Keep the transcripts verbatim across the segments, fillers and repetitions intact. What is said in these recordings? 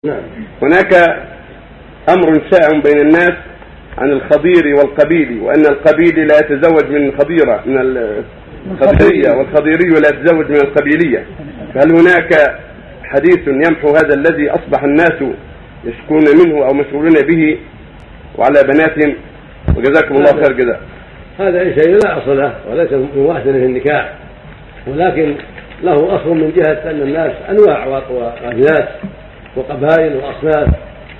نعم. هناك أمر شائع بين الناس عن الخضير والقبيلي، وأن القبيلي لا يتزوج من خضيرة من الخضيرية، والخضيري لا يتزوج من القبيلية. فهل هناك حديث يمحو هذا الذي أصبح الناس يشكون منه أو مشغولون به وعلى بناتهم؟ وجزاكم الله خير جزاء. هذا شيء لا أصل له وليس مواحدا في النكاح، ولكن له أصل من جهة أن الناس أنواع وأجناس وقبائل وأصناف،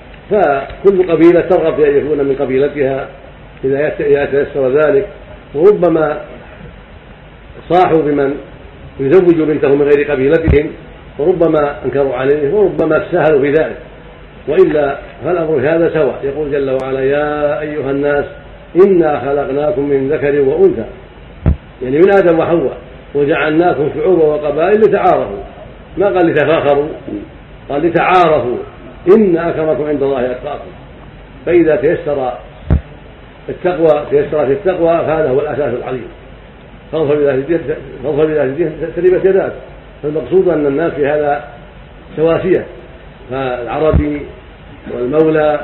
فكل قبيلة ترغب في أن يكون من قبيلتها إذا يتيسر ذلك، وربما صاحوا بمن يزوج بنته من غير قبيلتهم، وربما أنكروا عليه، وربما تساهلوا في ذلك. وإلا فالأمر في هذا سواء. يقول جل وعلا: يا أيها الناس إنا خلقناكم من ذكر وأنثى، يعني من آدم وحواء، وجعلناكم شعوبا وقبائل لتعارفوا، ما قال لتفاخروا، قال لتعارفوا، إن أكرمكم عند الله أتقاكم. فإذا تيسر التقوى تيسرت التقوى فهذا هو الأساس العظيم. فاظفر بذات الدين تربت يداك. فالمقصود أن الناس في هذا سواسية، فالعربي والمولى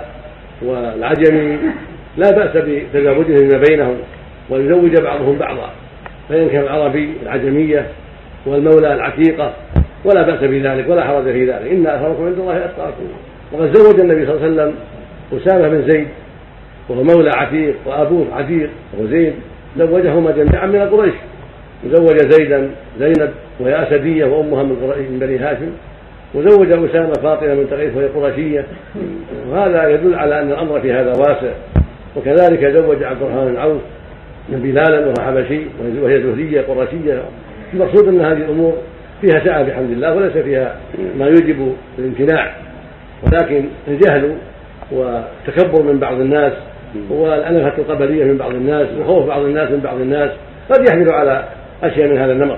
والعجمي لا بأس بتزاوجهم فيما بينهم، ويزوج بعضهم بعضا، فينكح العربي العجمية والمولى العتيقة، ولا بأس بذلك ولا حرج في ذلك. إن أكرمكم عند الله أتقاكم. وقد زوج النبي صلى الله عليه وسلم أسامة بن زيد وهو مولى عتيق، وأبوه عتيق وهو زيد، زوجهما جميعا من قريش. وزوج زيدا زينب وهي أسدية وأمها من بني هاشم، وزوج أسامة فاطمة من تغيث وهي قرشية. وهذا يدل على أن الأمر في هذا واسع. وكذلك زوج عبد الرحمن بن عوف بلالا وهو حبشي وهي زهرية قرشية. المقصود أن هذه الأمور فيها سعة بحمد الله، وليس فيها ما يوجب الامتناع، ولكن الجهل والتكبر من بعض الناس والأنفة القبلية من بعض الناس وخوف بعض الناس من بعض الناس قد يحمل على أشياء من هذا النمط.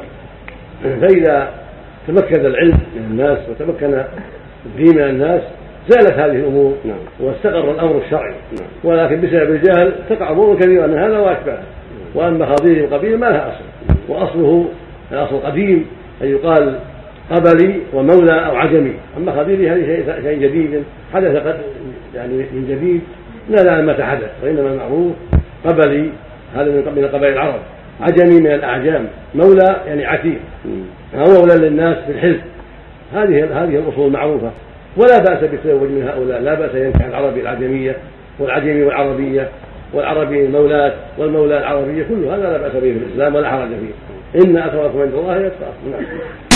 فإذا تمكن العلم من الناس وتمكن الدين من الناس زالت هذه الأمور واستقر الأمر الشرعي. ولكن بسبب الجهل تقع أمور كثيرة من هذا وأشباهه. وأما خضير القبيل ما لها أصل، وأصله الأصل قديم أن يقال قبلي ومولى أو عجمي. أما خضيري هذه شيء جديد حدث قد يعني من جديد لا لا ما حدث، وإنما المعروف قبلي هذا من قبائل العرب، عجمي من الأعجام، مولى يعني عتيق، مولى للناس في الحزب. هذه هذه الأصول المعروفة، ولا بأس بالتزوج من هؤلاء. لا بأس ينكح العربي العجمية والعجمي والعربية والعربي المولاة والمولى العربية، كل هذا لا بأس به في الإسلام ولا حرج فيه. إن أكرمكم عند الله أتقاكم.